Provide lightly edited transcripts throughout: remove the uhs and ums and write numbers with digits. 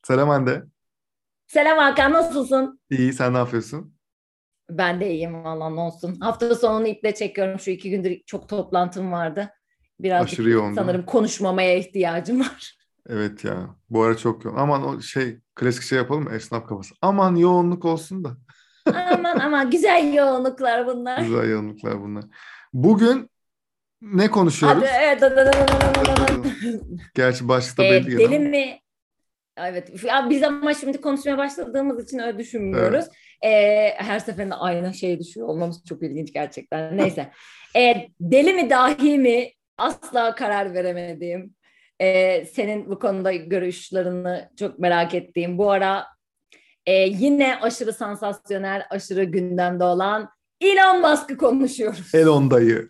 Selam Hande. Selam Hakan, nasılsın? İyi, sen ne yapıyorsun? Ben de iyiyim valla ne olsun. Hafta sonunu iple çekiyorum. Şu 2 gündür çok toplantım vardı. Birazcık Aşırı yoğun değil mi? sanırım konuşmamaya ihtiyacım var. Evet ya. Bu ara çok yoğun. Aman o klasik şey yapalım mı? Esnaf kafası. Aman yoğunluk olsun da. Aman aman güzel yoğunluklar bunlar. Güzel yoğunluklar bunlar. Bugün ne Hadi konuşuyoruz? evet. Gerçi başlıkta belli gene Deli ama. mi? Evet. Ya biz ama şimdi konuşmaya başladığımız için öyle Evet. düşünmüyoruz. Her seferinde aynı şeyi düşünüyor olmamız çok ilginç gerçekten. Neyse. Deli mi dahi mi? Asla karar veremediğim. Senin bu konuda görüşlerini çok merak ettiğim. Bu ara yine aşırı sansasyonel, aşırı gündemde olan Elon Musk'ı konuşuyoruz. Elon dayı.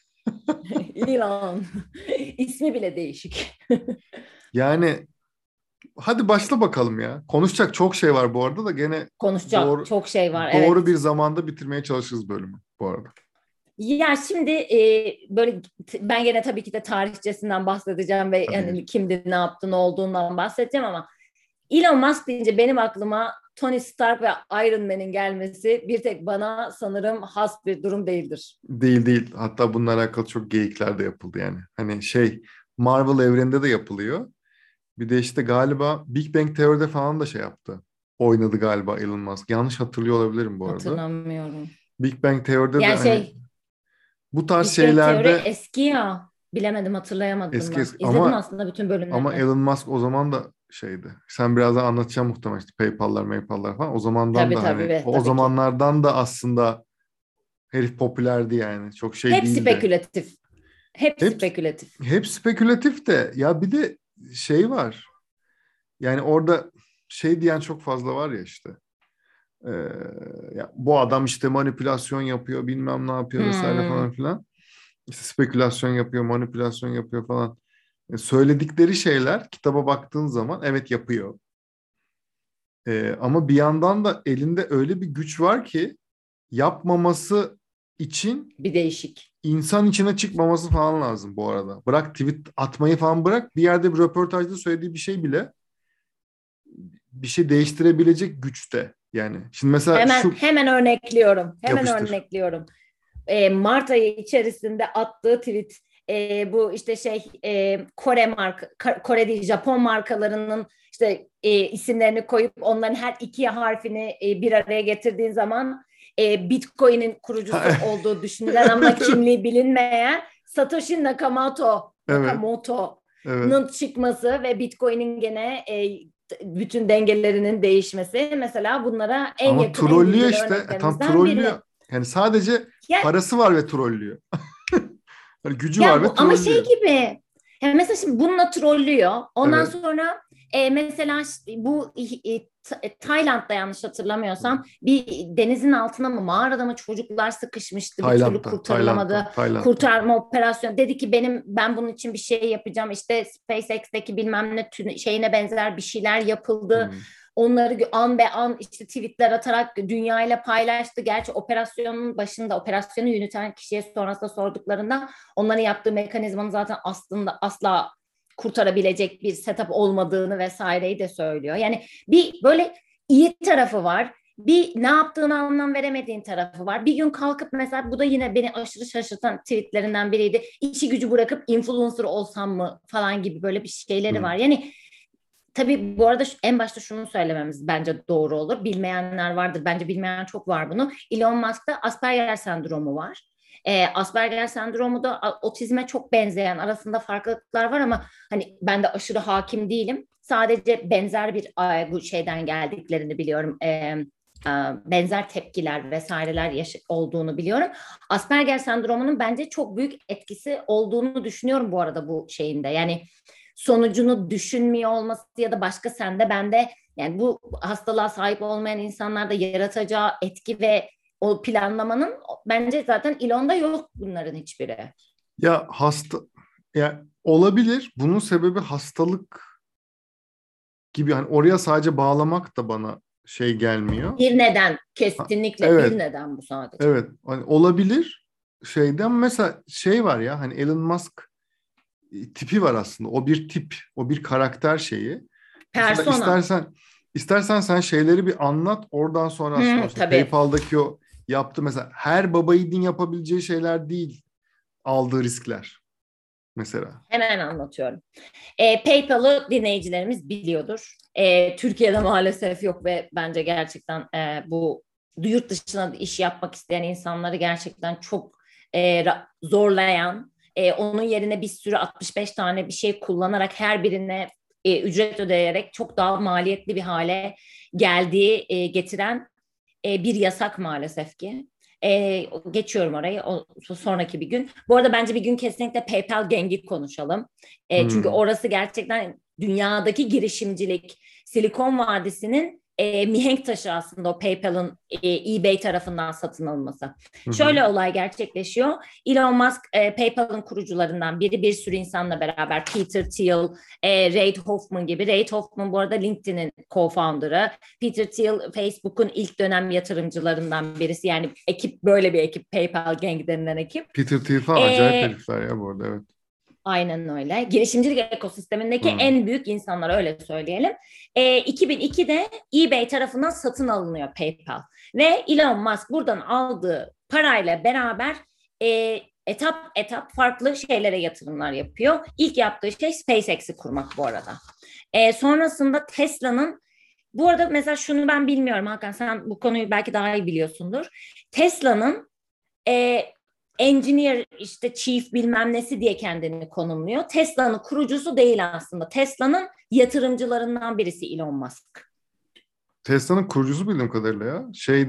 Elon. İsmi bile değişik. Yani hadi başla bakalım ya. Konuşacak çok şey var bu arada da gene Konuşacak doğru çok şey var. doğru Evet. bir zamanda bitirmeye çalışırız bölümü bu arada. Ya şimdi böyle ben gene tabii ki de tarihçesinden bahsedeceğim ve Tabii. yani kimdi, ne yaptı, ne olduğundan bahsedeceğim ama Elon Musk deyince benim aklıma Tony Stark ve Iron Man'in gelmesi bir tek bana sanırım has bir durum değildir. Değil değil. Hatta bununla alakalı çok geyikler de yapıldı yani. Hani Marvel evreninde de yapılıyor. Bir de işte galiba Big Bang Theory'de falan da şey yaptı. Oynadı galiba Elon Musk. Yanlış hatırlıyor olabilirim bu arada. Hatırlamıyorum. Big Bang Theory'de de Yani hani bu tarz Big Bang Theory şeylerde eski ya. Bilemedim, hatırlayamadım eski ben. eski İzledim ama aslında bütün bölümlerini. Elon Musk o zaman da şeydi. Sen birazdan anlatacağım muhtemelen işte PayPal'lar falan. O zamandan Tabii da hani tabii o tabii ki. zamanlardan da aslında herif popülerdi yani. Çok şey Hep değildi. spekülatif. Hep Hep spekülatif. hep spekülatif de ya bir de şey var. Yani orada şey diyen çok fazla var ya işte. Ee, ya bu adam işte manipülasyon yapıyor, bilmem ne yapıyor vesaire Hmm. falan filan. İşte spekülasyon yapıyor, manipülasyon yapıyor falan. Söyledikleri şeyler kitaba baktığın zaman evet yapıyor. Ama bir yandan da elinde öyle bir güç var ki yapmaması için Bir değişik. insan içine çıkmaması falan lazım bu arada. Bırak tweet atmayı falan bırak. Bir yerde bir röportajda söylediği bir şey bile bir şey değiştirebilecek güçte. Yani şimdi mesela Hemen şu hemen örnekliyorum. Hemen yapıştır. örnekliyorum. Mart ayı içerisinde attığı tweet, bu işte Kore değil Japon markalarının işte isimlerini koyup onların her iki harfini bir araya getirdiğin zaman Bitcoin'in kurucusu olduğu düşünülen ama Evet, kimliği bilinmeyen Satoshi evet, evet. Nakamoto'nun çıkması ve Bitcoin'in gene bütün dengelerinin değişmesi mesela bunlara en Ama yakın, en trollüyor güncel işte. Tam örneklerimizden biri. trollüyor. Yani sadece Ya parası var ve trollüyor. Hani gücü var Ya ve bu ama şey trollüyor. gibi. Mesela şimdi bununla trollüyor. Ondan Evet. sonra mesela bu Tayland'da yanlış hatırlamıyorsam bir denizin altına mı mağarada mı çocuklar sıkışmıştı. Bir türlü kurtarılamadı. Tayland'da. Kurtarma operasyonu. Dedi ki ben bunun için bir şey yapacağım. İşte SpaceX'teki bilmem ne şeyine benzer bir şeyler yapıldı. Hmm. Onları an be an işte tweetler atarak dünyayla paylaştı. Gerçi operasyonun başında operasyonu yöneten kişiye sonrasında sorduklarında onların yaptığı mekanizmanın zaten aslında asla kurtarabilecek bir setup olmadığını vesaireyi de söylüyor. Yani bir böyle iyi tarafı var. Bir ne yaptığını anlam veremediğin tarafı var. Bir gün kalkıp mesela bu da yine beni aşırı şaşırtan tweetlerinden biriydi. İşi gücü bırakıp influencer olsam mı falan gibi böyle bir şeyleri var. Hmm. Yani tabii bu arada en başta şunu söylememiz bence doğru olur. Bilmeyenler vardır. Bence bilmeyen çok var bunu. Elon Musk'ta Asperger sendromu var. Asperger sendromu da otizme çok benzeyen, arasında farklılıklar var ama hani ben de aşırı hakim değilim. Sadece benzer bir bu şeyden geldiklerini biliyorum. Benzer tepkiler vesaireler olduğunu biliyorum. Asperger sendromunun bence çok büyük etkisi olduğunu düşünüyorum bu arada bu şeyinde. Yani sonucunu düşünmüyor olması ya da başka sende bende, yani bu hastalığa sahip olmayan insanlarda yaratacağı etki ve o planlamanın bence zaten Elon'da yok bunların hiçbiri. Ya ya olabilir. Bunun sebebi hastalık gibi hani oraya sadece bağlamak da bana şey gelmiyor. Bir neden, Ha, kesinlikle bir evet, neden bu sadece. evet. Hani olabilir şeyden mesela şey var ya hani Elon Musk tipi var aslında. O bir tip, o bir karakter şeyi. Mesela Persona. istersen sen şeyleri bir anlat, oradan sonra aslında işte Tabii. PayPal'daki o yaptı mesela, her baba yiğidin yapabileceği şeyler değil aldığı riskler mesela. Hemen anlatıyorum. PayPal'ı dinleyicilerimiz biliyordur. Türkiye'de maalesef yok ve bence gerçekten bu yurt dışına iş yapmak isteyen insanları gerçekten çok zorlayan, onun yerine bir sürü 65 tane bir şey kullanarak her birine ücret ödeyerek çok daha maliyetli bir hale geldiği getiren bir yasak maalesef ki. Geçiyorum orayı o sonraki bir gün. Bu arada bence bir gün kesinlikle PayPal Gang'i konuşalım. Çünkü Hmm. orası gerçekten dünyadaki girişimcilik, Silikon Vadisi'nin mihenk taşı aslında o PayPal'ın eBay tarafından satın alınması. Hı hı. Şöyle olay gerçekleşiyor. Elon Musk PayPal'ın kurucularından biri, bir sürü insanla beraber Peter Thiel, Reid Hoffman gibi. Reid Hoffman bu arada LinkedIn'in co-founder'ı. Peter Thiel Facebook'un ilk dönem yatırımcılarından birisi. Yani ekip böyle bir ekip, PayPal Gang denilen ekip. Peter Thiel falan acayip E, herifler ya bu arada, evet. Aynen öyle. Girişimcilik ekosistemindeki Hı. en büyük insanlar, öyle söyleyelim. 2002'de eBay tarafından satın alınıyor PayPal. Ve Elon Musk buradan aldığı parayla beraber etap etap farklı şeylere yatırımlar yapıyor. İlk yaptığı şey SpaceX'i kurmak bu arada. Sonrasında Tesla'nın, bu arada mesela şunu ben bilmiyorum Hakan, sen bu konuyu belki daha iyi biliyorsundur. Tesla'nın e, engineer, işte chief bilmem nesi diye kendini konumluyor. Tesla'nın kurucusu değil aslında. Tesla'nın yatırımcılarından birisi Elon Musk. Tesla'nın kurucusu bildiğim kadarıyla ya.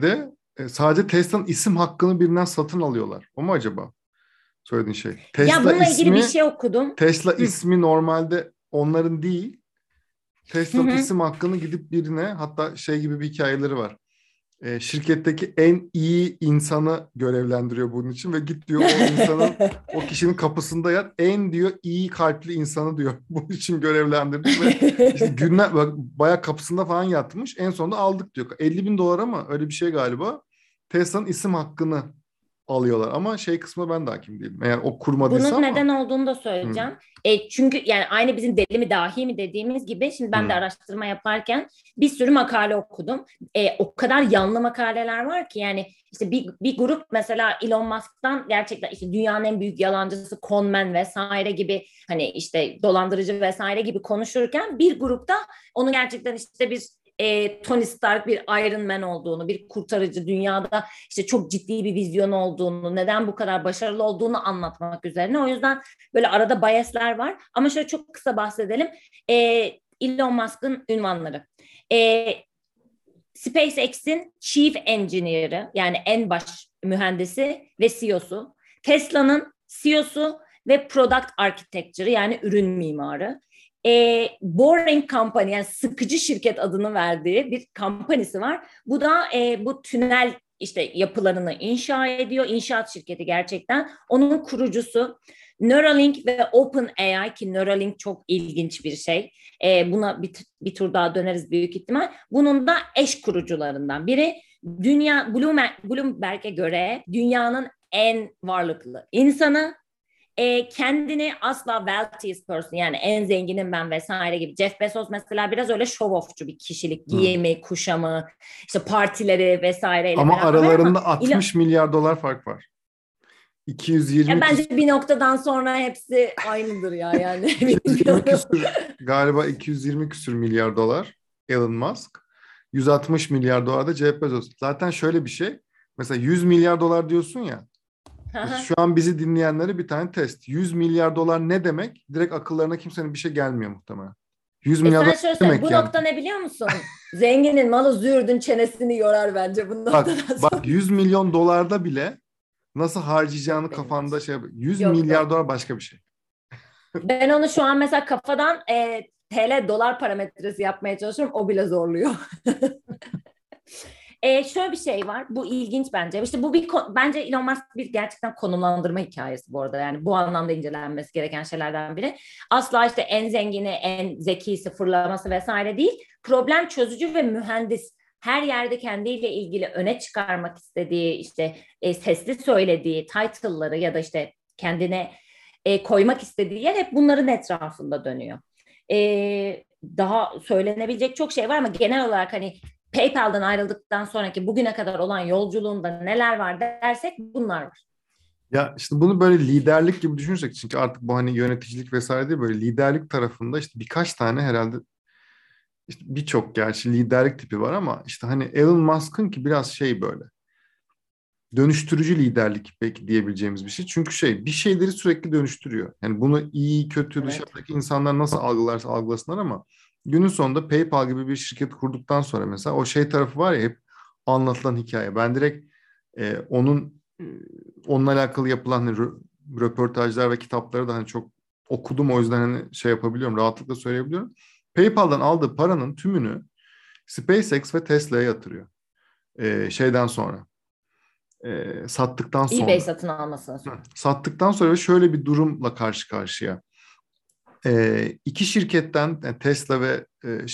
Sadece Tesla'nın isim hakkını birinden satın alıyorlar. O mu acaba söylediğin şey? Ya bununla ilgili bir şey okudum. Tesla Hı, ismi normalde onların değil. hı, Tesla'nın hı. isim hakkını gidip birine, hatta şey gibi bir hikayeleri var. Şirketteki en iyi insanı görevlendiriyor bunun için ve git diyor, o kişinin kapısında yat, en diyor iyi kalpli insanı diyor bunun için görevlendirdik ve işte günler bak, bayağı kapısında falan yatmış, en sonunda aldık diyor. 50 bin dolar ama öyle bir şey galiba, Tesla'nın isim hakkını alıyorlar ama şey kısmı ben de hakim değilim eğer o kurmadıysa Bunun ama. neden olduğunu da Hı, söyleyeceğim. Çünkü yani aynı bizim deli mi dahi mi dediğimiz gibi, şimdi ben de hı. araştırma yaparken bir sürü makale okudum. O kadar yanlı makaleler var ki, yani işte bir grup mesela Elon Musk'tan gerçekten işte dünyanın en büyük yalancısı, conman vesaire gibi, hani işte dolandırıcı vesaire gibi konuşurken, bir grupta onu gerçekten işte bir Tony Stark, bir Iron Man olduğunu, bir kurtarıcı, dünyada işte çok ciddi bir vizyon olduğunu, neden bu kadar başarılı olduğunu anlatmak üzerine. O yüzden böyle arada biaslar var. Ama şöyle çok kısa bahsedelim. Elon Musk'ın ünvanları. E, SpaceX'in Chief Engineer'ı, yani en baş mühendisi ve CEO'su. Tesla'nın CEO'su ve Product Architecture'ı, yani ürün mimarı. Boring Company, yani sıkıcı şirket adını verdiği bir kampanyası var. Bu da bu tünel işte yapılarını inşa ediyor. İnşaat şirketi gerçekten. Onun kurucusu. Neuralink ve OpenAI, ki Neuralink çok ilginç bir şey. Buna bir tur daha döneriz büyük ihtimal. Bunun da eş kurucularından biri. Bloomberg'e göre dünyanın en varlıklı insanı. Kendini asla wealthiest person, yani en zenginim ben vesaire gibi. Jeff Bezos mesela biraz öyle show off'cu bir kişilik. Hı. Giyimi, kuşamı, işte partileri vesaireyle Ama beraber, ama aralarında 60 milyar dolar fark var. 220 bence küsur bir noktadan sonra hepsi aynıdır ya, yani 220 bilmiyorum. küsür galiba 220 küsür milyar dolar Elon Musk. 160 milyar dolar da Jeff Bezos. Zaten şöyle bir şey. Mesela 100 milyar dolar diyorsun ya. Mesela şu an bizi dinleyenlere bir tane test. 100 milyar dolar ne demek? Direkt akıllarına kimsenin bir şey gelmiyor muhtemelen. 100 milyar dolar Sen şöyle ne söyle, demek bu yani? nokta ne biliyor musun? Zenginin malı züğürdün çenesini yorar bence bu noktadan Bak sonra. 100 milyon dolarda bile nasıl harcayacağını Yok benim kafanda için. şey 100 Yok milyar yok. dolar başka bir şey. Ben onu şu an mesela kafadan TL dolar parametresi yapmaya çalışıyorum. O bile zorluyor. Şöyle bir şey var. Bu ilginç bence. İşte bu bence Elon Musk bir gerçekten konumlandırma hikayesi bu arada. Yani bu anlamda incelenmesi gereken şeylerden biri. Asla işte en zengini, en zekisi, fırlaması vesaire değil. Problem çözücü ve mühendis. Her yerde kendiyle ilgili öne çıkarmak istediği, işte sesli söylediği title'ları ya da işte kendine koymak istediği yer hep bunların etrafında dönüyor. daha söylenebilecek çok şey var ama genel olarak hani PayPal'dan ayrıldıktan sonraki bugüne kadar olan yolculuğunda neler var dersek bunlar var. Ya işte bunu böyle liderlik gibi düşünürsek, çünkü artık bu hani yöneticilik vesaire değil, böyle liderlik tarafında işte birkaç tane herhalde, işte birçok gerçi liderlik tipi var ama işte hani Elon Musk'ın ki biraz şey böyle dönüştürücü liderlik belki diyebileceğimiz bir şey. Çünkü şey bir şeyleri sürekli dönüştürüyor. Yani bunu iyi kötü Evet. dışarıdaki insanlar nasıl algılarsa algılasınlar ama günün sonunda PayPal gibi bir şirket kurduktan sonra mesela o şey tarafı var ya, hep anlatılan hikaye. Ben direkt onunla alakalı yapılan hani röportajlar ve kitapları da hani çok okudum, o yüzden hani şey yapabiliyorum, rahatlıkla söyleyebiliyorum. PayPal'dan aldığı paranın tümünü SpaceX ve Tesla'ya yatırıyor. Şeyden sonra sattıktan eBay sonra. satın almasına sonra. Sattıktan sonra ve şöyle bir durumla karşı karşıya. İki şirketten yani Tesla ve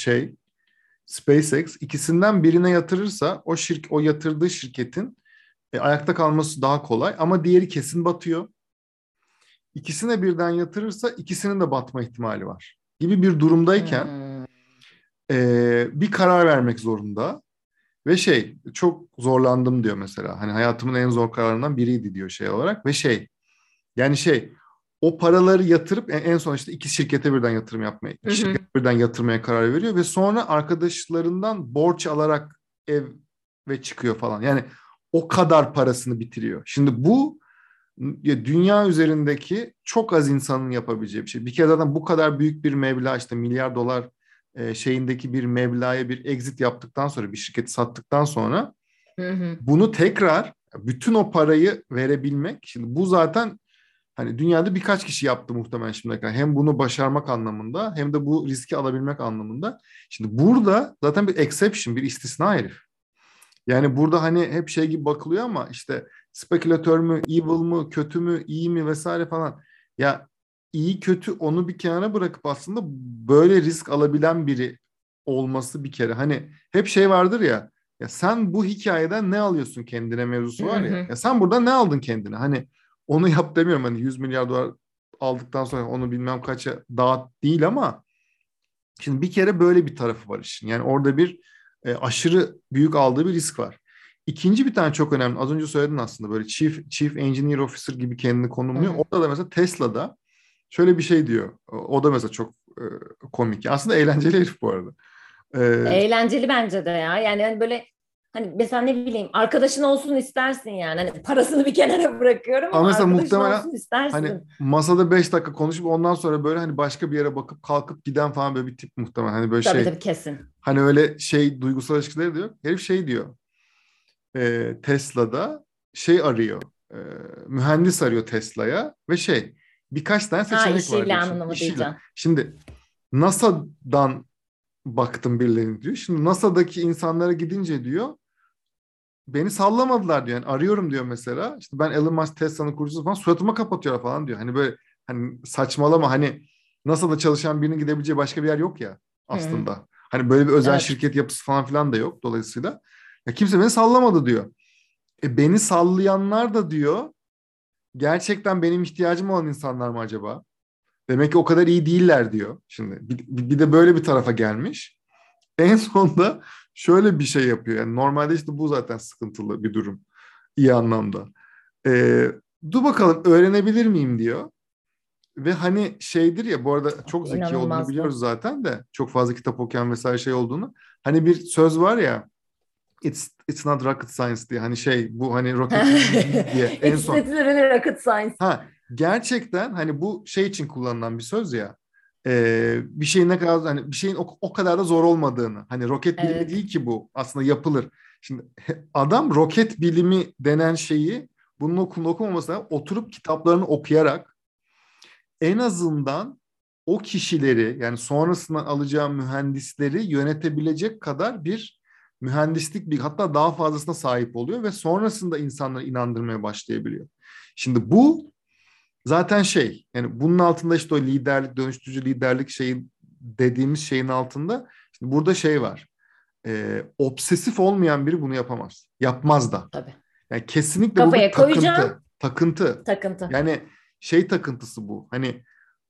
SpaceX, ikisinden birine yatırırsa o yatırdığı şirketin ayakta kalması daha kolay ama diğeri kesin batıyor. İkisine birden yatırırsa ikisinin de batma ihtimali var gibi bir durumdayken Hmm. bir karar vermek zorunda. Ve çok zorlandım diyor mesela. Hani hayatımın en zor kararından biriydi diyor şey olarak. Ve yani o paraları yatırıp en son işte iki şirkete birden yatırım yapmaya, Hı iki hı. şirkete birden yatırmaya karar veriyor. Ve sonra arkadaşlarından borç alarak ev ve çıkıyor falan. Yani o kadar parasını bitiriyor. Şimdi bu ya dünya üzerindeki çok az insanın yapabileceği bir şey. Bir kere zaten bu kadar büyük bir meblağ, işte milyar dolar şeyindeki bir meblağa bir exit yaptıktan sonra, bir şirketi sattıktan sonra Hı hı. bunu tekrar bütün o parayı verebilmek. Şimdi bu zaten hani dünyada birkaç kişi yaptı muhtemelen şimdiye kadar. Hem bunu başarmak anlamında hem de bu riski alabilmek anlamında. Şimdi burada zaten bir exception, bir istisna herif. Yani burada hani hep şey gibi bakılıyor ama işte spekülatör mü, evil mı, kötü mü, iyi mi vesaire falan. Ya iyi kötü onu bir kenara bırakıp aslında böyle risk alabilen biri olması bir kere. Hani hep şey vardır ya, ya sen bu hikayeden ne alıyorsun kendine mevzusu Hı var ya. hı. Ya sen burada ne aldın kendine? Hani onu yap demiyorum, hani 100 milyar dolar aldıktan sonra onu bilmem kaça dağıt değil ama şimdi bir kere böyle bir tarafı var işin. Yani orada bir aşırı büyük aldığı bir risk var. İkinci bir tane çok önemli. Az önce söyledin aslında, böyle Chief Engineer Officer gibi kendini Hı konumluyor. hı. Orada da mesela Tesla'da şöyle bir şey diyor. O da mesela çok komik. Aslında eğlenceli herif bu arada. E, Eğlenceli bence de ya. Yani hani böyle hani mesela ne bileyim arkadaşın olsun istersin yani. Hani parasını bir kenara bırakıyorum ama ama mesela arkadaşın muhtemelen olsun hani istersin. masada 5 dakika konuşup ondan sonra böyle hani başka bir yere bakıp kalkıp giden falan böyle bir tip muhtemelen. Hani böyle Tabii tabii kesin. hani öyle duygusal ilişkileri de yok. Herif diyor. Tesla'da arıyor. e, Mühendis arıyor Tesla'ya ve birkaç tane Ha seçenek iş var diyor şimdi. ilanını mı İş ilan. diyeceksin? Şimdi NASA'dan baktım birilerini diyor. Şimdi NASA'daki insanlara gidince diyor beni sallamadılar diyor. Yani arıyorum diyor mesela. İşte ben Elon Musk Tesla'nın kurucusu falan, suratıma kapatıyor falan diyor. Hani böyle hani saçmalama, hani NASA'da çalışan birinin gidebileceği başka bir yer yok ya Hı hı. aslında. Hani böyle bir özel Evet. şirket yapısı falan filan da yok dolayısıyla. Ya kimse beni sallamadı diyor. Beni sallayanlar da diyor gerçekten benim ihtiyacım olan insanlar mı acaba? Demek ki o kadar iyi değiller diyor. Şimdi bir de böyle bir tarafa gelmiş. En sonunda şöyle bir şey yapıyor. Yani normalde işte bu zaten sıkıntılı bir durum. İyi anlamda. Ee, Dur bakalım öğrenebilir miyim diyor. Ve hani şeydir ya, bu arada çok zeki olduğunu biliyoruz İnanılmazdı. zaten de, çok fazla kitap okuyan vesaire olduğunu. Hani bir söz var ya, it's not rocket science diye, hani bu hani roket bilimi değil diye en It's son. literally rocket science. Gerçekten hani bu için kullanılan bir söz ya, bir şeyin ne kadar hani bir şeyin o kadar da zor olmadığını, hani roket bilimi Evet. değil ki bu aslında, yapılır. Şimdi adam roket bilimi denen şeyi, bunun okulunu okumamasına oturup kitaplarını okuyarak en azından o kişileri, yani sonrasından alacağı mühendisleri yönetebilecek kadar bir mühendislik, bir hatta daha fazlasına sahip oluyor ve sonrasında insanları inandırmaya başlayabiliyor. Şimdi bu zaten yani bunun altında işte o liderlik, dönüştürücü liderlik dediğimiz şeyin altında şimdi burada var. Obsesif olmayan biri bunu yapamaz. Yapmaz da. Tabii. Yani kesinlikle bu bir Kafaya koyacağım. takıntı. Takıntı. Takıntı. Yani takıntısı bu. Hani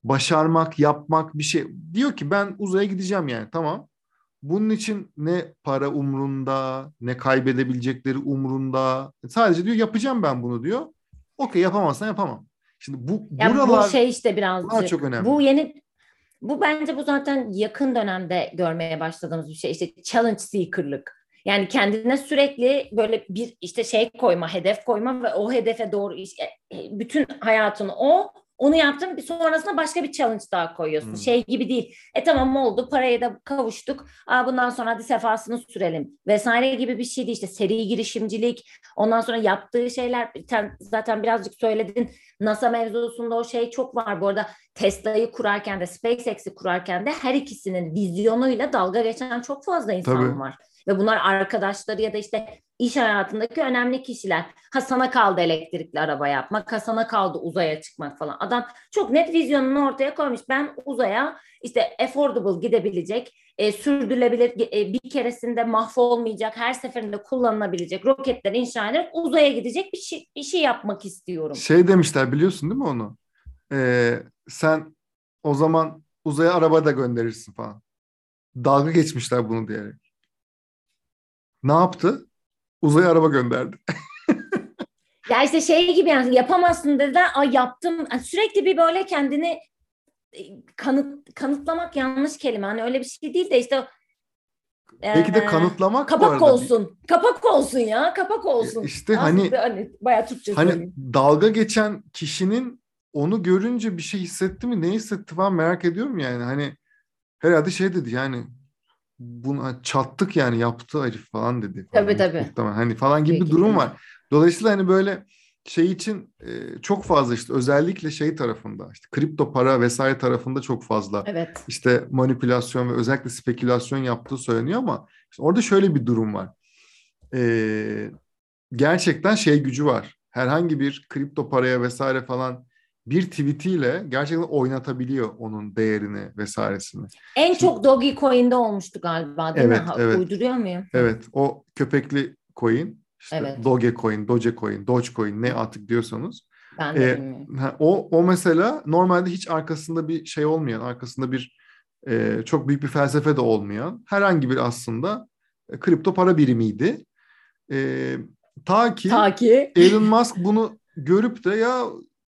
başarmak, yapmak bir şey. Diyor ki ben uzaya gideceğim yani, tamam. Bunun için ne para umrunda, ne kaybedebilecekleri umrunda. Sadece diyor yapacağım ben bunu diyor. Okey, yapamazsan yapamam. Şimdi Ya bu buralar şey işte çok birazcık önemli. bu bence bu zaten yakın dönemde görmeye başladığımız bir şey, işte challenge seeker'lık. Yani kendine sürekli böyle bir işte şey koyma, hedef koyma ve o hedefe doğru işte, bütün hayatını onu yaptın, bir sonrasında başka bir challenge daha koyuyorsun. Hmm. Şey gibi değil. Tamam oldu, paraya da kavuştuk. Bundan sonra hadi sefasını sürelim vesaire gibi bir şey değil. İşte seri girişimcilik, ondan sonra yaptığı şeyler zaten birazcık söyledin. NASA mevzusunda o şey çok var. Bu arada Tesla'yı kurarken de SpaceX'i kurarken de her ikisinin vizyonuyla dalga geçen çok fazla Tabii. insan var. Ve bunlar arkadaşları ya da işte iş hayatındaki önemli kişiler. Ha sana kaldı elektrikli araba yapmak, ha sana kaldı uzaya çıkmak falan. Adam çok net vizyonunu ortaya koymuş. Ben uzaya işte affordable gidebilecek, sürdürülebilir, bir keresinde mahvolmayacak, her seferinde kullanılabilecek roketler inşa ederek uzaya gidecek bir şey yapmak istiyorum. Şey demişler, biliyorsun değil mi onu? Sen o zaman uzaya araba da gönderirsin falan. Dalga geçmişler bunu diyerek. Ne yaptı? Uzaya araba gönderdi. Ya işte şey gibi, yani yapamazsın dediler. Ay yaptım. Yani sürekli bir böyle kendini kanıtlamak yanlış kelime. Hani öyle bir şey değil de işte Belki de kanıtlamak bu kapak arada. olsun. Kapak olsun ya. Kapak olsun. İşte Nasıl hani hani bayağı Türkçe hani söyleyeyim. dalga geçen kişinin onu görünce bir şey hissetti mi, ne hissetti falan merak ediyorum yani. Hani herhalde şey dedi yani, buna çattık yani, yaptı herif falan dedi falan, Tabii büyük tabii. muhtemelen hani falan gibi Büyük bir durum ihtimal. var. Dolayısıyla hani böyle şey için çok fazla işte özellikle şey tarafında, işte kripto para vesaire tarafında çok fazla Evet. işte manipülasyon ve özellikle spekülasyon yaptığı söyleniyor ama işte orada şöyle bir durum var. E, Gerçekten şey gücü var. Herhangi bir kripto paraya vesaire falan bir tweetiyle gerçekten oynatabiliyor onun değerini vesairesini. En Şimdi çok Dogecoin'de olmuştu galiba, değil mi? evet, Ha, evet. uyduruyor muyum? Hı, Evet, o köpekli coin, işte evet. Dogecoin, Dogecoin, Dogecoin ne artık diyorsanız. Ben de bilmiyorum. O mesela normalde hiç arkasında bir şey olmayan, arkasında bir çok büyük bir felsefe de olmayan herhangi bir aslında kripto para birimiydi. E, Ta ki Ta ki. Elon Musk bunu görüp de ya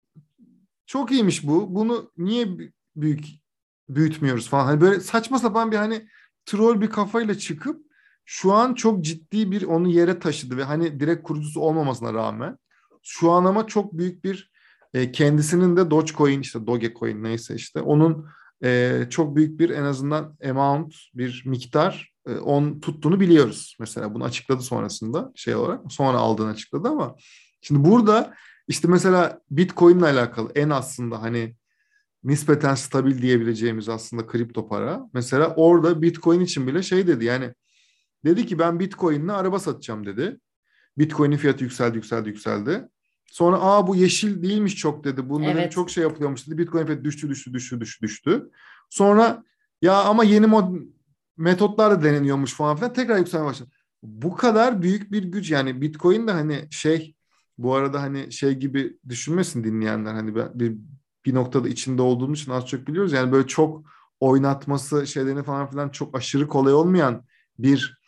çok iyiymiş bu, bunu niye büyük büyütmüyoruz falan. Hani böyle saçma sapan bir hani troll bir kafayla çıkıp şu an çok ciddi bir onu yere taşıdı ve hani direkt kurucusu olmamasına rağmen şu an ama çok büyük bir kendisinin de Dogecoin, işte Dogecoin neyse işte onun çok büyük bir en azından amount, bir miktar on tuttuğunu biliyoruz. Mesela bunu açıkladı sonrasında şey olarak, sonra aldığını açıkladı ama şimdi burada işte mesela Bitcoin'le alakalı en aslında hani nispeten stabil diyebileceğimiz aslında kripto para. Mesela orada Bitcoin için bile şey dedi yani, dedi ki ben Bitcoin'le araba satacağım dedi. Bitcoin'in fiyatı yükseldi yükseldi yükseldi. Sonra bu yeşil değilmiş çok dedi. Bunda dedi Evet. çok şey yapılıyormuş dedi. Bitcoin fiyatı düştü düştü düştü düştü düştü. Sonra ya ama yeni metotlar da deneniyormuş falan filan, tekrar yükselmeye başladı. Bu kadar büyük bir güç yani Bitcoin de hani şey, bu arada hani şey gibi düşünmesin dinleyenler, hani bir noktada içinde olduğumuz için az çok biliyoruz. Yani böyle çok oynatması şeylerini falan filan çok aşırı kolay olmayan bir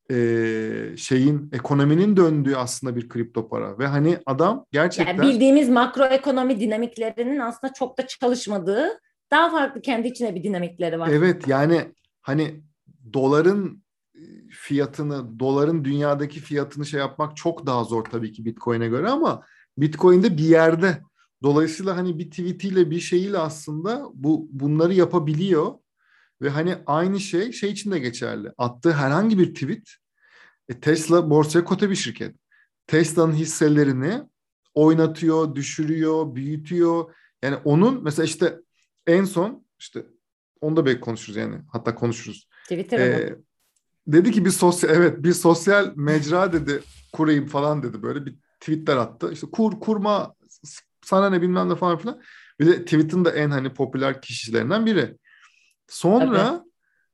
şeyin, ekonominin döndüğü aslında bir kripto para ve hani adam Yani gerçekten bildiğimiz makroekonomi dinamiklerinin aslında çok da çalışmadığı, daha farklı kendi içine bir dinamikleri var. evet yani hani doların fiyatını, doların dünyadaki fiyatını şey yapmak çok daha zor tabii ki Bitcoin'e göre ama Bitcoin'de bir yerde. Dolayısıyla hani bir tweetiyle bir şeyiyle aslında bunları yapabiliyor ve hani aynı şey için de geçerli. Attığı herhangi bir tweet, Tesla borsaya kote bir şirket. Tesla'nın hisselerini oynatıyor, düşürüyor, büyütüyor. Yani onun mesela işte en son işte onu da belki konuşuruz yani, hatta konuşuruz. Twitter'ı mı? Ee, Dedi ki bir sosyal mecra dedi kurayım falan dedi, böyle bir tweetler attı. İşte kurma sana ne bilmem ne falan filan. Bir de Twitter'ın da en hani popüler kişilerinden biri. Tabii. Sonra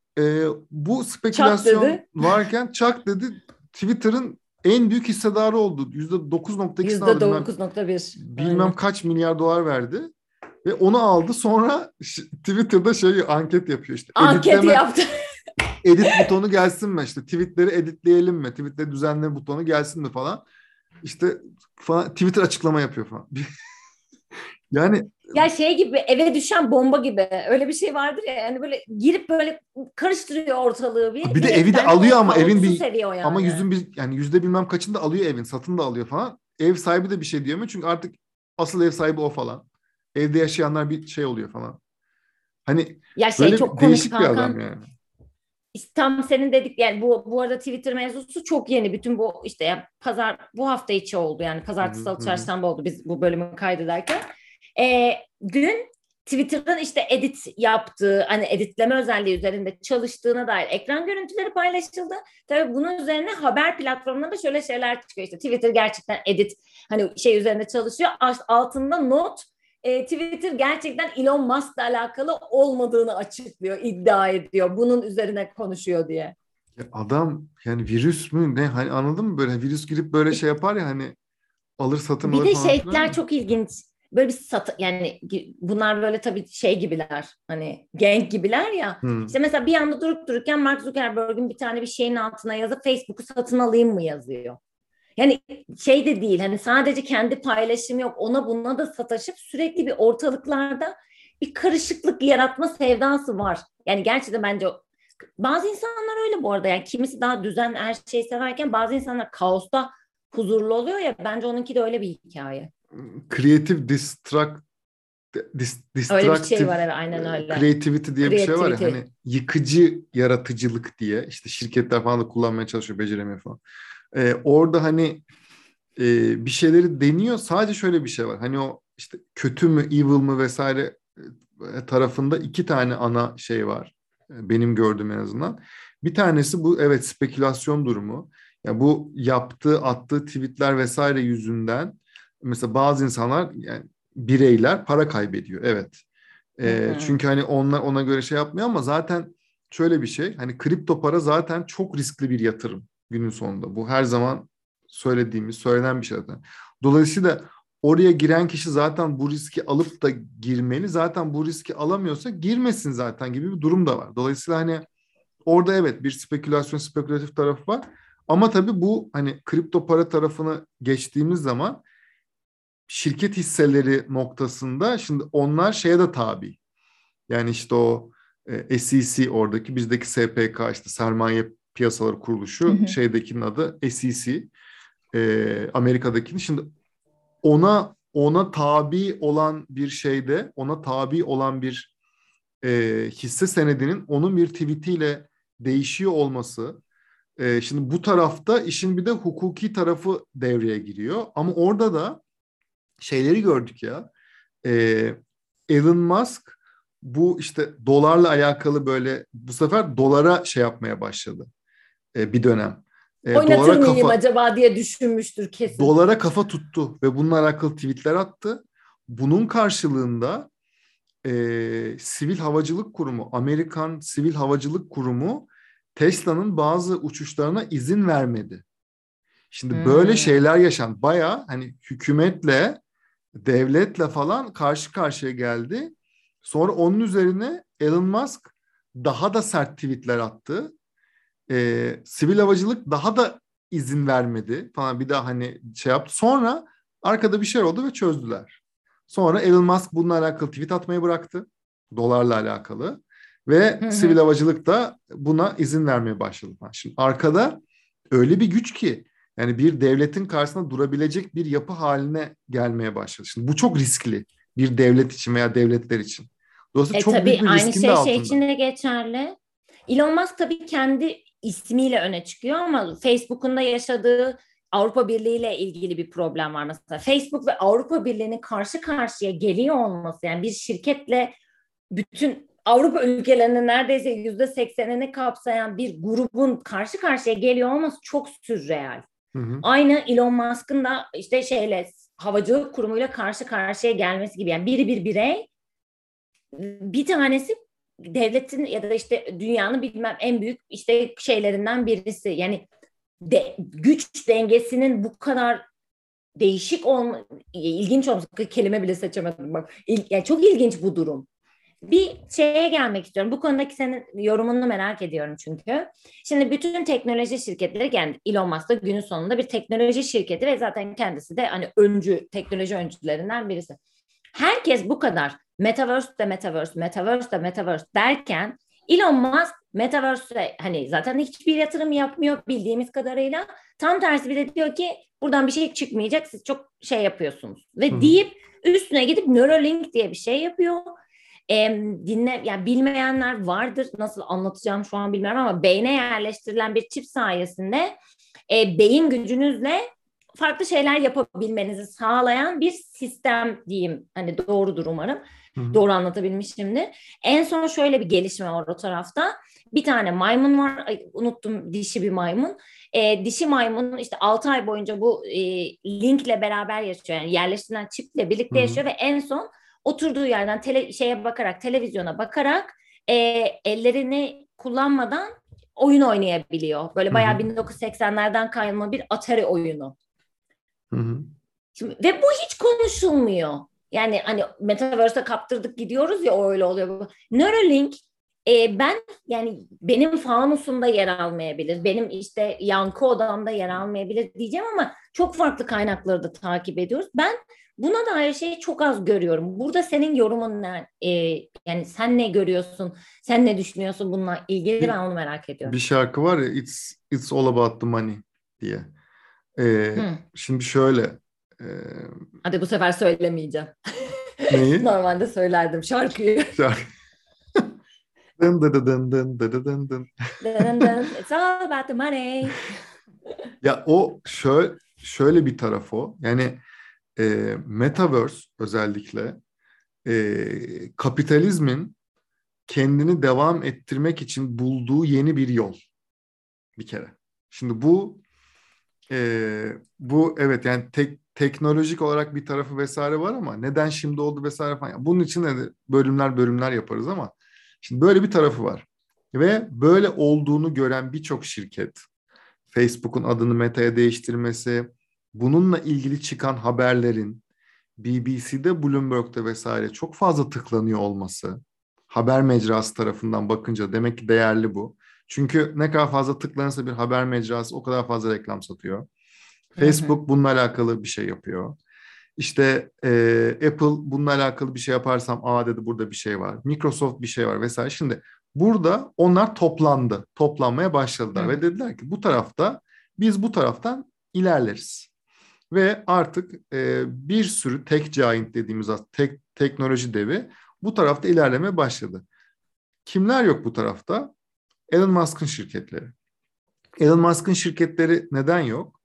bu Çat spekülasyon dedi. varken çak dedi, Twitter'ın en büyük hissedarı oldu. %9,2'sini aldı, bilmem, %9,1. bilmem Aynen. kaç milyar dolar verdi. Ve onu aldı, sonra Twitter'da anket yapıyor işte. Anket yaptı. Edit butonu gelsin mi? İşte tweetleri editleyelim mi? Tweetleri düzenle butonu gelsin mi falan. İşte falan, Twitter açıklama yapıyor falan. Yani Ya şey gibi, eve düşen bomba gibi, öyle bir şey vardır ya, yani böyle girip böyle karıştırıyor ortalığı bir bir de evi de bence alıyor o ama evin kaosu bir, seviyor ama yani. yani yüzde bilmem kaçını da alıyor evin, satın da alıyor falan. Ev sahibi de bir şey diyemiyor çünkü artık asıl ev sahibi o falan. Evde yaşayanlar bir şey oluyor falan. Hani Ya şey böyle çok bir komik değişik bir adam Hakan. yani. İşte tam senin dedik yani, bu arada Twitter mevzusu çok yeni. Bütün bu işte ya pazar, bu hafta içi oldu yani, Hı pazartesi, hı, salı, hı hı. çarşamba oldu biz bu bölümü kaydederken. Dün Twitter'dan işte edit yaptığı, hani editleme özelliği üzerinde çalıştığına dair ekran görüntüleri paylaşıldı. Tabii bunun üzerine haber platformlarında şöyle şeyler çıkıyor, işte Twitter gerçekten edit hani şey üzerinde çalışıyor. Altında not, Twitter gerçekten Elon Musk'la alakalı olmadığını açıklıyor, iddia ediyor. Bunun üzerine konuşuyor diye. Ya adam yani virüs mü ne, hani anladın mı, böyle virüs girip böyle şey yapar ya, hani alır satın Bir alır de falan filan şeyler ya. çok ilginç. Böyle bir yani bunlar böyle tabii şey gibiler. Hani gang gibiler ya. Hı. İşte mesela bir anda durup dururken Mark Zuckerberg'in bir tane bir şeyin altına yazıp Facebook'u satın alayım mı yazıyor. Yani şey de değil, hani sadece kendi paylaşım yok, ona buna da sataşıp sürekli bir ortalıklarda bir karışıklık yaratma sevdası var. Yani gerçekten bence bazı insanlar öyle bu arada, yani kimisi daha düzen, her şeyi severken bazı insanlar kaosta huzurlu oluyor ya, bence onunki de öyle bir hikaye. Creative Öyle bir şey destructive var, evet, aynen öyle. creativity diye bir şey var ya, Creativity. hani yıkıcı yaratıcılık diye, işte şirketler falan da kullanmaya çalışıyor, beceremiyor falan. Orada hani bir şeyleri deniyor, sadece şöyle bir şey var, hani o işte kötü mü evil mı vesaire tarafında iki tane ana şey var. Benim gördüğüm en azından. Bir tanesi bu, evet, spekülasyon durumu. Ya bu yaptığı, attığı tweetler vesaire yüzünden mesela bazı insanlar, yani bireyler para kaybediyor. Evet. Hı hı. Çünkü hani onlar ona göre şey yapmıyor, ama zaten şöyle bir şey, hani kripto para zaten çok riskli bir yatırım günün sonunda. Bu her zaman söylenen bir şey zaten. Dolayısıyla oraya giren kişi zaten bu riski alıp da girmeli. Zaten bu riski alamıyorsa girmesin zaten gibi bir durum da var. Dolayısıyla hani orada evet bir spekülatif tarafı var. Ama tabii bu hani kripto para tarafını geçtiğimiz zaman şirket hisseleri noktasında şimdi onlar şeye de tabi. Yani işte o SEC, oradaki bizdeki SPK, işte Sermaye Piyasaları Hı Kuruluşu, hı. şeydekinin adı SEC, Amerika'dakinin. Şimdi ona tabi olan bir şeyde, ona tabi olan bir hisse senedinin onun bir tweetiyle değişiyor olması. Şimdi bu tarafta işin bir de hukuki tarafı devreye giriyor. Ama orada da şeyleri gördük ya. E, Elon Musk bu işte dolarla alakalı böyle bu sefer dolara şey yapmaya başladı bir dönem. Oynatır Dolara mıyım kafa acaba diye düşünmüştür kesin. dolara kafa tuttu ve bununla alakalı tweetler attı. Bunun karşılığında Sivil Havacılık Kurumu, Amerikan Sivil Havacılık Kurumu Tesla'nın bazı uçuşlarına izin vermedi. Şimdi böyle Hmm. şeyler yaşandı. Bayağı hani hükümetle, devletle falan karşı karşıya geldi. Sonra onun üzerine Elon Musk daha da sert tweetler attı. Sivil havacılık daha da izin vermedi falan, bir daha hani şey yaptı. Sonra arkada bir şey oldu ve çözdüler. Sonra Elon Musk bununla alakalı tweet atmayı bıraktı. Dolarla alakalı. Ve Hı sivil hı. havacılık da buna izin vermeye başladı falan. Şimdi arkada öyle bir güç ki, yani bir devletin karşısında durabilecek bir yapı haline gelmeye başladı. Şimdi bu çok riskli bir devlet için veya devletler için. Dolayısıyla çok büyük Tabii bir aynı riskin de şey altında. için de geçerli. Elon Musk tabii kendi ismiyle öne çıkıyor ama Facebook'un da yaşadığı Avrupa Birliği ile ilgili bir problem var mesela. Facebook ve Avrupa Birliği'nin karşı karşıya geliyor olması, yani bir şirketle bütün Avrupa ülkelerinin neredeyse %80'ini kapsayan bir grubun karşı karşıya geliyor olması çok sürreal. Hı hı. Aynı Elon Musk'ın da işte şeyle, havacılık kurumuyla karşı karşıya gelmesi gibi. Yani biri bir birey, bir tanesi devletin ya da işte dünyanın bilmem en büyük işte şeylerinden birisi. Yani güç dengesinin bu kadar değişik ilginç olması, kelime bile seçemedim bak. Yani çok ilginç bu durum. Bir şeye gelmek istiyorum. Bu konudaki senin yorumunu merak ediyorum çünkü. Şimdi bütün teknoloji şirketleri, yani Elon Musk da günün sonunda bir teknoloji şirketi ve zaten kendisi de hani teknoloji öncülerinden birisi. Herkes bu kadar Metaverse de Metaverse, Metaverse de Metaverse derken Elon Musk Metaverse'e hani zaten hiçbir yatırım yapmıyor bildiğimiz kadarıyla. Tam tersi, bir de diyor ki buradan bir şey çıkmayacak, siz çok şey yapıyorsunuz. Hı Ve hı. deyip üstüne gidip Neuralink diye bir şey yapıyor. Yani bilmeyenler vardır, nasıl anlatacağım şu an bilmiyorum, ama beyne yerleştirilen bir çip sayesinde beyin gücünüzle farklı şeyler yapabilmenizi sağlayan bir sistem diyeyim. Hani doğrudur umarım. Hı hı. Doğru anlatabilmişimdir. En son şöyle bir gelişme var o tarafta. Bir tane maymun var. Ay, unuttum, dişi bir maymun. Dişi maymun işte 6 ay boyunca bu linkle beraber yaşıyor. Yani yerleştirilen çiple Hı birlikte hı. yaşıyor ve en son oturduğu yerden televizyona bakarak e, ellerini kullanmadan oyun oynayabiliyor. Böyle Hı hı. bayağı 1980'lerden kalma bir Atari oyunu. Hı hı. Şimdi, ve bu hiç konuşulmuyor. Yani hani Metaverse'e kaptırdık gidiyoruz ya, öyle oluyor. Neuralink ben, yani benim fanusumda yer almayabilir. Benim işte yankı odamda yer almayabilir diyeceğim ama çok farklı kaynakları da takip ediyoruz. Ben buna dair şeyi çok az görüyorum. Burada senin yorumun ne? Yani sen ne görüyorsun? Sen ne düşünüyorsun bununla ilgili? Ben Bir, onu merak bir ediyorum. şarkı var ya, It's All About the Money diye. Hı. Şimdi şöyle, e, Hadi bu sefer söylemeyeceğim. neyi? Normalde söylerdim şarkıyı. Şarkı. Dın dı dı dın dın dı dı dın dın. Dun dun, it's all about the money. Ya o şöyle bir taraf o. Yani Metaverse özellikle kapitalizmin kendini devam ettirmek için bulduğu yeni bir yol bir kere. Şimdi bu evet, yani teknolojik olarak bir tarafı vesaire var ama neden şimdi oldu vesaire falan. Yani bunun için de bölümler yaparız ama şimdi böyle bir tarafı var. Ve böyle olduğunu gören birçok şirket, Facebook'un adını Meta'ya değiştirmesi, bununla ilgili çıkan haberlerin BBC'de, Bloomberg'de vesaire çok fazla tıklanıyor olması, haber mecrası tarafından bakınca demek ki değerli bu. Çünkü ne kadar fazla tıklanırsa bir haber mecrası o kadar fazla reklam satıyor. Hı hı. Facebook bununla alakalı bir şey yapıyor. İşte Apple bununla alakalı bir şey yaparsam dedi burada bir şey var. Microsoft bir şey var vesaire. Şimdi burada onlar toplanmaya Hı başladılar ve hı. dediler ki biz bu taraftan ilerleriz. Ve artık bir sürü tech giant dediğimiz teknoloji devi bu tarafta ilerlemeye başladı. Kimler yok bu tarafta? Elon Musk'ın şirketleri. Elon Musk'ın şirketleri neden yok?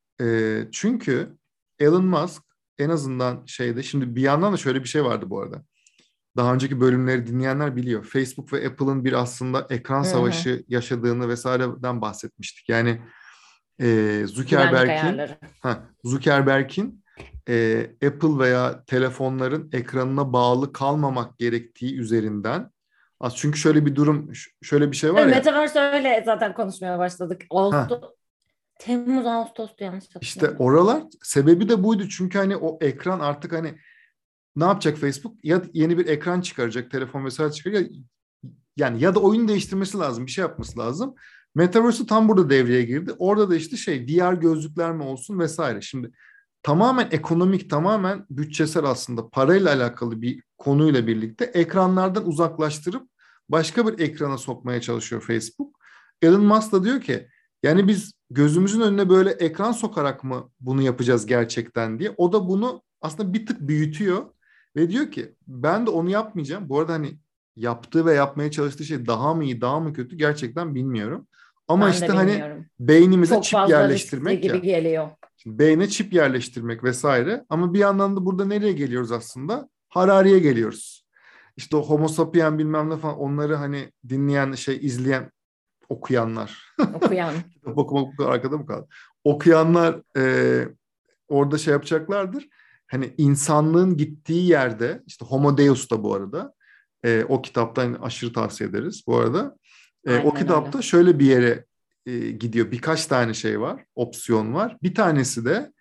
Çünkü Elon Musk en azından şimdi bir yandan da şöyle bir şey vardı bu arada. Daha önceki bölümleri dinleyenler biliyor. Facebook ve Apple'ın bir aslında ekran Hı hı. savaşı yaşadığını vesaireden bahsetmiştik. Yani Güvenlik Zuckerberg'in ayarları. Zuckerberg'in Apple veya telefonların ekranına bağlı kalmamak gerektiği üzerinden. Çünkü şöyle bir durum, şöyle bir şey var Evet, ya. Metaverse öyle zaten konuşmaya başladık. Ha, Temmuz, Ağustos'tu yanlış işte hatırlamıyorsam. oralar sebebi de buydu. Çünkü hani o ekran artık hani ne yapacak Facebook? Ya yeni bir ekran çıkaracak, telefon vesaire çıkaracak. Yani ya da oyun değiştirmesi lazım, bir şey yapması lazım. Metaverse tam burada devreye girdi. Orada da işte VR gözlükler mi olsun vesaire. Şimdi tamamen ekonomik, tamamen bütçesel, aslında parayla alakalı bir konuyla birlikte ekranlardan uzaklaştırıp başka bir ekrana sokmaya çalışıyor Facebook. Elon Musk da diyor ki yani biz gözümüzün önüne böyle ekran sokarak mı bunu yapacağız gerçekten diye. O da bunu aslında bir tık büyütüyor ve diyor ki ben de onu yapmayacağım. Bu arada hani yaptığı ve yapmaya çalıştığı şey daha mı iyi, daha mı kötü gerçekten bilmiyorum. Ama Ben işte de hani bilmiyorum. beynimize Çok çip fazla riskli yerleştirmek gibi ya. geliyor. Şimdi beyne çip yerleştirmek vesaire. Ama bir yandan da burada nereye geliyoruz aslında? Harari'ye geliyoruz. İşte o Homo sapien bilmem ne falan, onları hani dinleyen, izleyen, okuyanlar. Okuyan. Kitap okumak bu kadar arkada mı kaldı? Okuyanlar orada yapacaklardır. Hani insanlığın gittiği yerde, işte Homo Deus da bu arada, o kitaptan aşırı tavsiye ederiz bu arada. O Aynen öyle. kitapta şöyle bir yere gidiyor. Birkaç tane şey var, opsiyon var. Bir tanesi de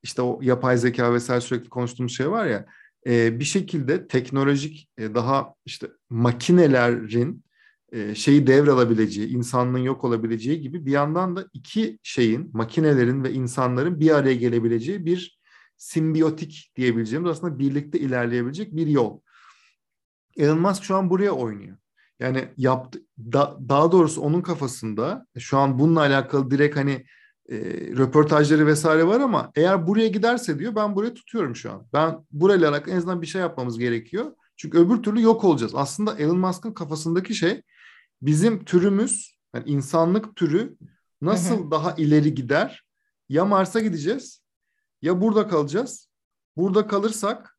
işte o yapay zeka vesaire sürekli konuştuğumuz şey var ya, bir şekilde teknolojik daha işte makinelerin şeyi devralabileceği, insanlığın yok olabileceği gibi bir yandan da iki şeyin, makinelerin ve insanların bir araya gelebileceği bir simbiyotik diyebileceğimiz aslında birlikte ilerleyebilecek bir yol. Elon Musk şu an buraya oynuyor. Yani daha doğrusu onun kafasında şu an bununla alakalı direkt hani röportajları vesaire var ama eğer buraya giderse diyor ben burayı tutuyorum şu an. Ben burayla alakalı en azından bir şey yapmamız gerekiyor. Çünkü öbür türlü yok olacağız. Aslında Elon Musk'ın kafasındaki şey bizim türümüz, yani insanlık türü Hı hı. nasıl daha ileri gider? Ya Mars'a gideceğiz ya burada kalacağız. Burada kalırsak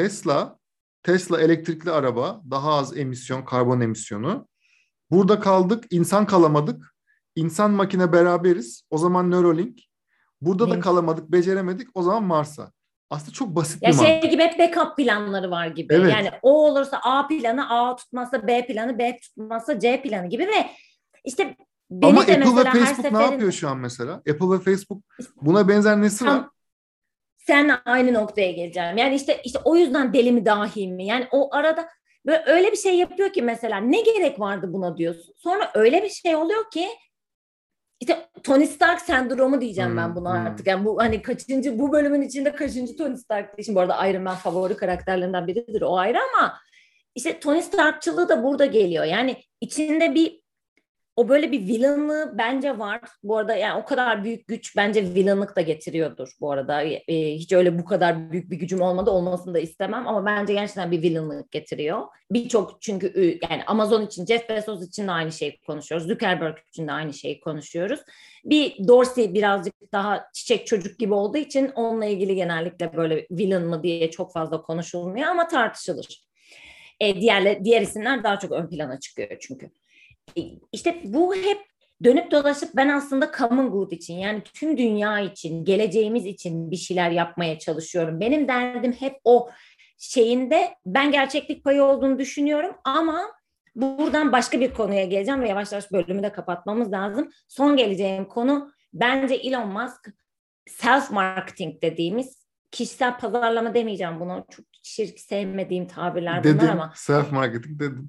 Tesla elektrikli araba, daha az emisyon, karbon emisyonu. Burada kaldık, insan kalamadık. İnsan makine beraberiz. O zaman Neuralink. Burada da Link. kalamadık, beceremedik. O zaman Mars'a. Aslında çok basit bir Ya şey mantık. gibi hep backup planları var gibi. Evet. Yani o olursa A planı, A tutmazsa B planı, B tutmazsa C planı gibi ve işte Ama beni de Apple ve mesela her Facebook ne yapıyor seferinde şu an mesela? Apple ve Facebook buna benzer nesi var? tam seninle aynı noktaya geleceğim. Yani işte o yüzden deli mi dahi mi? Yani o arada böyle öyle bir şey yapıyor ki mesela ne gerek vardı buna diyorsun. Sonra öyle bir şey oluyor ki işte Tony Stark sendromu diyeceğim ben buna artık. Yani bu hani kaçıncı bu bölümün içinde kaçıncı Tony Stark diyeyim. Bu arada Iron Man favori karakterlerinden biridir o ayrı ama işte Tony Starkçılığı da burada geliyor. Yani içinde o böyle bir villainlığı bence var. Bu arada yani o kadar büyük güç bence villainlık da getiriyordur bu arada. Hiç öyle bu kadar büyük bir gücüm olmasını da istemem ama bence gerçekten bir villainlık getiriyor. Birçok çünkü yani Amazon için, Jeff Bezos için de aynı şeyi konuşuyoruz. Zuckerberg için de aynı şeyi konuşuyoruz. Bir Dorsey birazcık daha çiçek çocuk gibi olduğu için onunla ilgili genellikle böyle villain mı diye çok fazla konuşulmuyor ama tartışılır. Diğer isimler daha çok ön plana çıkıyor çünkü. İşte bu hep dönüp dolaşıp ben aslında common good için yani tüm dünya için, geleceğimiz için bir şeyler yapmaya çalışıyorum. Benim derdim hep o şeyinde ben gerçeklik payı olduğunu düşünüyorum ama buradan başka bir konuya geleceğim ve yavaş yavaş bölümü de kapatmamız lazım. Son geleceğim konu bence Elon Musk self marketing dediğimiz kişisel pazarlama demeyeceğim bunu. Çok sevmediğim tabirler bunlar Dedin, ama self marketing dedin.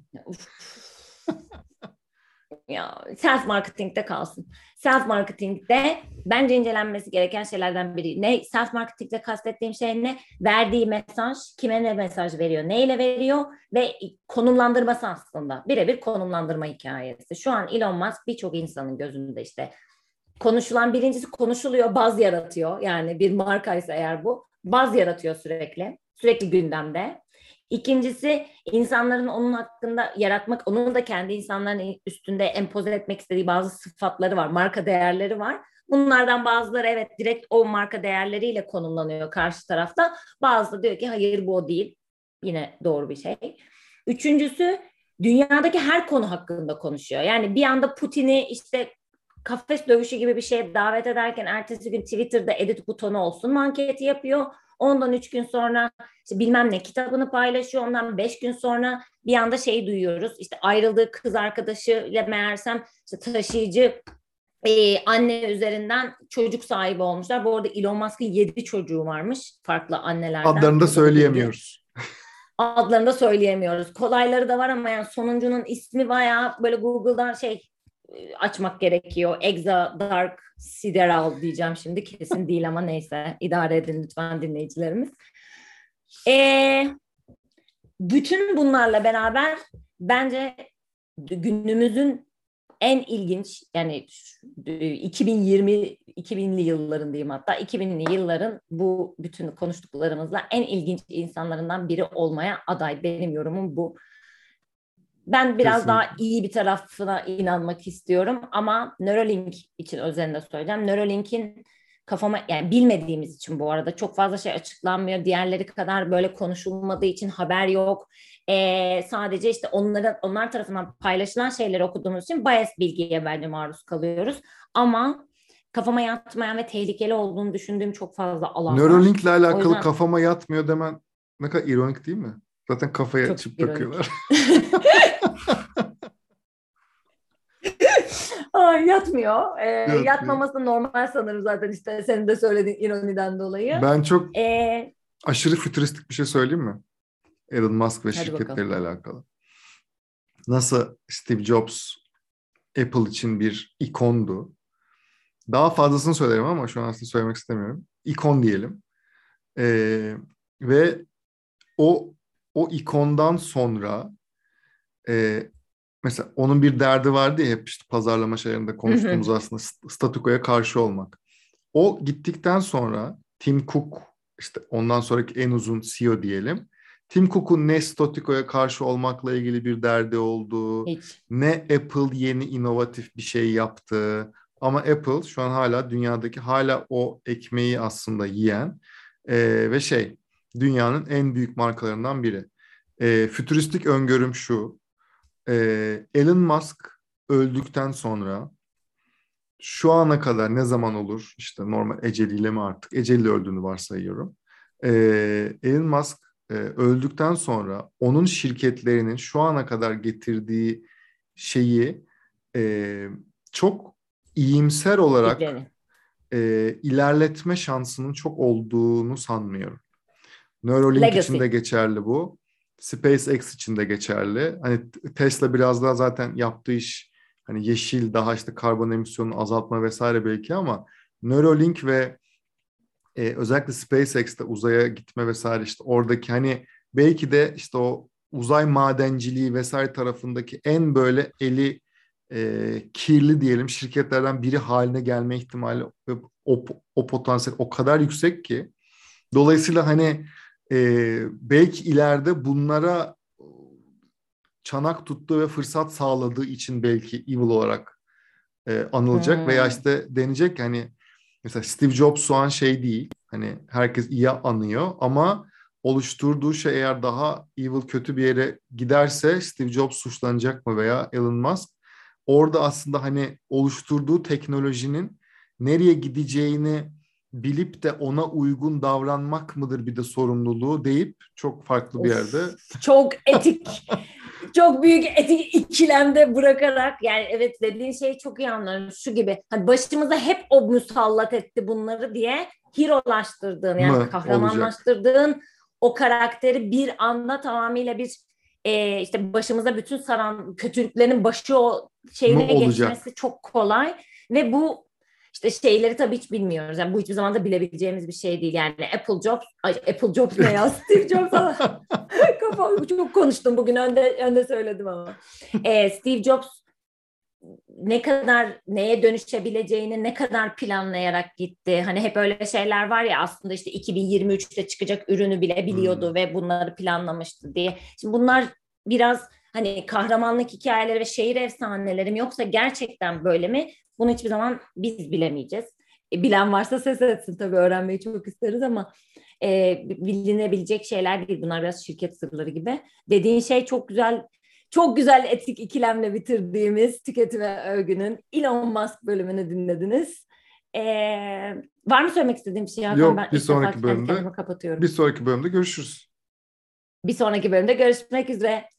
ya self marketing'de kalsın. Self marketing'de bence incelenmesi gereken şeylerden biri. Ne self marketing'de kastettiğim şey ne? Verdiği mesaj, kime ne mesaj veriyor, neyle veriyor ve konumlandırması aslında. Birebir konumlandırma hikayesi. Şu an Elon Musk birçok insanın gözünde işte konuşulan birincisi konuşuluyor, baz yaratıyor. Yani bir markaysa eğer bu, baz yaratıyor sürekli. Sürekli gündemde. İkincisi insanların onun hakkında yaratmak, onun da kendi insanların üstünde empoze etmek istediği bazı sıfatları var, marka değerleri var. Bunlardan bazıları evet direkt o marka değerleriyle konumlanıyor karşı tarafta. Bazıları diyor ki hayır bu o değil. Yine doğru bir şey. Üçüncüsü dünyadaki her konu hakkında konuşuyor. Yani bir anda Putin'i işte kafes dövüşü gibi bir şeye davet ederken ertesi gün Twitter'da edit butonu olsun anketi yapıyor. Ondan 3 gün sonra işte bilmem ne kitabını paylaşıyor. Ondan 5 gün sonra bir anda şey duyuyoruz. İşte ayrıldığı kız arkadaşıyla meğersem işte taşıyıcı anne üzerinden çocuk sahibi olmuşlar. Bu arada Elon Musk'ın 7 çocuğu varmış farklı annelerden. Adlarını da O da bir bilgi. söyleyemiyoruz. Adlarını da söyleyemiyoruz. Kolayları da var ama yani sonuncunun ismi bayağı böyle Google'dan açmak gerekiyor. Exa Dark Sideral diyeceğim şimdi. Kesin değil ama neyse. İdare edin lütfen dinleyicilerimiz. Bütün bunlarla beraber bence günümüzün en ilginç yani 2020-2000'li yılların diyeyim hatta 2000'li yılların bu bütün konuştuklarımızla en ilginç insanlarından biri olmaya aday. Benim yorumum bu. Ben biraz Kesinlikle. daha iyi bir tarafına inanmak istiyorum ama Neuralink için özelinde söyleyeceğim. Neuralink'in kafama yani bilmediğimiz için bu arada çok fazla şey açıklanmıyor. Diğerleri kadar böyle konuşulmadığı için haber yok. Sadece işte onlar tarafından paylaşılan şeyleri okuduğumuz için bias bilgiye bence maruz kalıyoruz. Ama kafama yatmayan ve tehlikeli olduğunu düşündüğüm çok fazla alan var. Neuralink'le alakalı O yüzden kafama yatmıyor demen ne kadar ironik değil mi? Zaten kafaya çok çip ironik. takıyorlar. Ay, yatmıyor. Yatmıyor. Yatmaması normal sanırım zaten, işte senin de söylediğin ironiden dolayı. Ben çok Ee, aşırı fütüristik bir şey söyleyeyim mi? Elon Musk ve hadi bakalım. şirketleriyle alakalı. Nasıl Steve Jobs Apple için bir ikondu. Daha fazlasını söylerim ama şu an aslında söylemek istemiyorum. İkon diyelim. Ve o ikondan sonra mesela onun bir derdi vardı ya, hep işte pazarlama şeylerinde konuştuğumuz aslında statükoya karşı olmak. O gittikten sonra Tim Cook, işte ondan sonraki en uzun CEO diyelim. Tim Cook'un ne statükoya karşı olmakla ilgili bir derdi oldu, Hiç. ne Apple yeni inovatif bir şey yaptı. Ama Apple şu an hala dünyadaki hala o ekmeği aslında yiyen ve dünyanın en büyük markalarından biri. Fütüristik öngörüm şu: Elon Musk öldükten sonra şu ana kadar ne zaman olur? İşte normal eceliyle mi artık? Eceliyle öldüğünü varsayıyorum. Elon Musk öldükten sonra onun şirketlerinin şu ana kadar getirdiği şeyi çok iyimser olarak Fikrini. ilerletme şansının çok olduğunu sanmıyorum. Neuralink için de Legacy. geçerli bu. SpaceX için de geçerli. Hani Tesla biraz daha zaten yaptığı iş hani yeşil, daha işte karbon emisyonunu azaltma vesaire belki, ama Neuralink ve özellikle SpaceX'te uzaya gitme vesaire, işte oradaki hani belki de işte o uzay madenciliği vesaire tarafındaki en böyle eli kirli diyelim şirketlerden biri haline gelme ihtimali ve o potansiyel o kadar yüksek ki, dolayısıyla hani belki ileride bunlara çanak tuttuğu ve fırsat sağladığı için belki evil olarak anılacak veya Hmm. işte denecek ki hani mesela Steve Jobs şu an şey değil, hani herkes iyi anıyor ama oluşturduğu şey eğer daha evil, kötü bir yere giderse Steve Jobs suçlanacak mı veya Elon Musk? Orada aslında hani oluşturduğu teknolojinin nereye gideceğini bilip de ona uygun davranmak mıdır bir de sorumluluğu deyip çok farklı bir Of, yerde. çok etik, çok büyük etik ikilemde bırakarak, yani evet, dediğin şeyi çok iyi anlıyorum. Şu gibi, hani başımıza hep o musallat etti bunları diye herolaştırdığın, yani Mı olacak? kahramanlaştırdığın o karakteri bir anda tamamıyla bir işte başımıza bütün saran kötülüklerin başı o Mı şeyine geçmesi olacak? çok kolay ve bu işte şeyleri tabii hiç bilmiyoruz. Yani bu hiçbir zaman da bilebileceğimiz bir şey değil. Yani Apple Jobs ne ya? Steve Jobs kafam çok konuştum bugün, önde söyledim ama. Steve Jobs ne kadar neye dönüşebileceğini ne kadar planlayarak gitti. Hani hep öyle şeyler var ya, aslında işte 2023'te çıkacak ürünü bile biliyordu Hmm. ve bunları planlamıştı diye. Şimdi bunlar biraz hani kahramanlık hikayeleri ve şehir efsaneleri mi, yoksa gerçekten böyle mi? Bunu hiçbir zaman biz bilemeyeceğiz. Bilen varsa ses etsin, tabii öğrenmeyi çok isteriz ama bilinebilecek şeyler değil. Bunlar biraz şirket sırları gibi. Dediğin şey çok güzel, çok güzel etik ikilemle bitirdiğimiz Tüketim ve Övgü'nün Elon Musk bölümünü dinlediniz. Var mı söylemek istediğim bir şey Hakan? Ben Yok, bir ilk defa sonraki kendi bölümde kendime kapatıyorum. bir sonraki bölümde görüşürüz. Bir sonraki bölümde görüşmek üzere.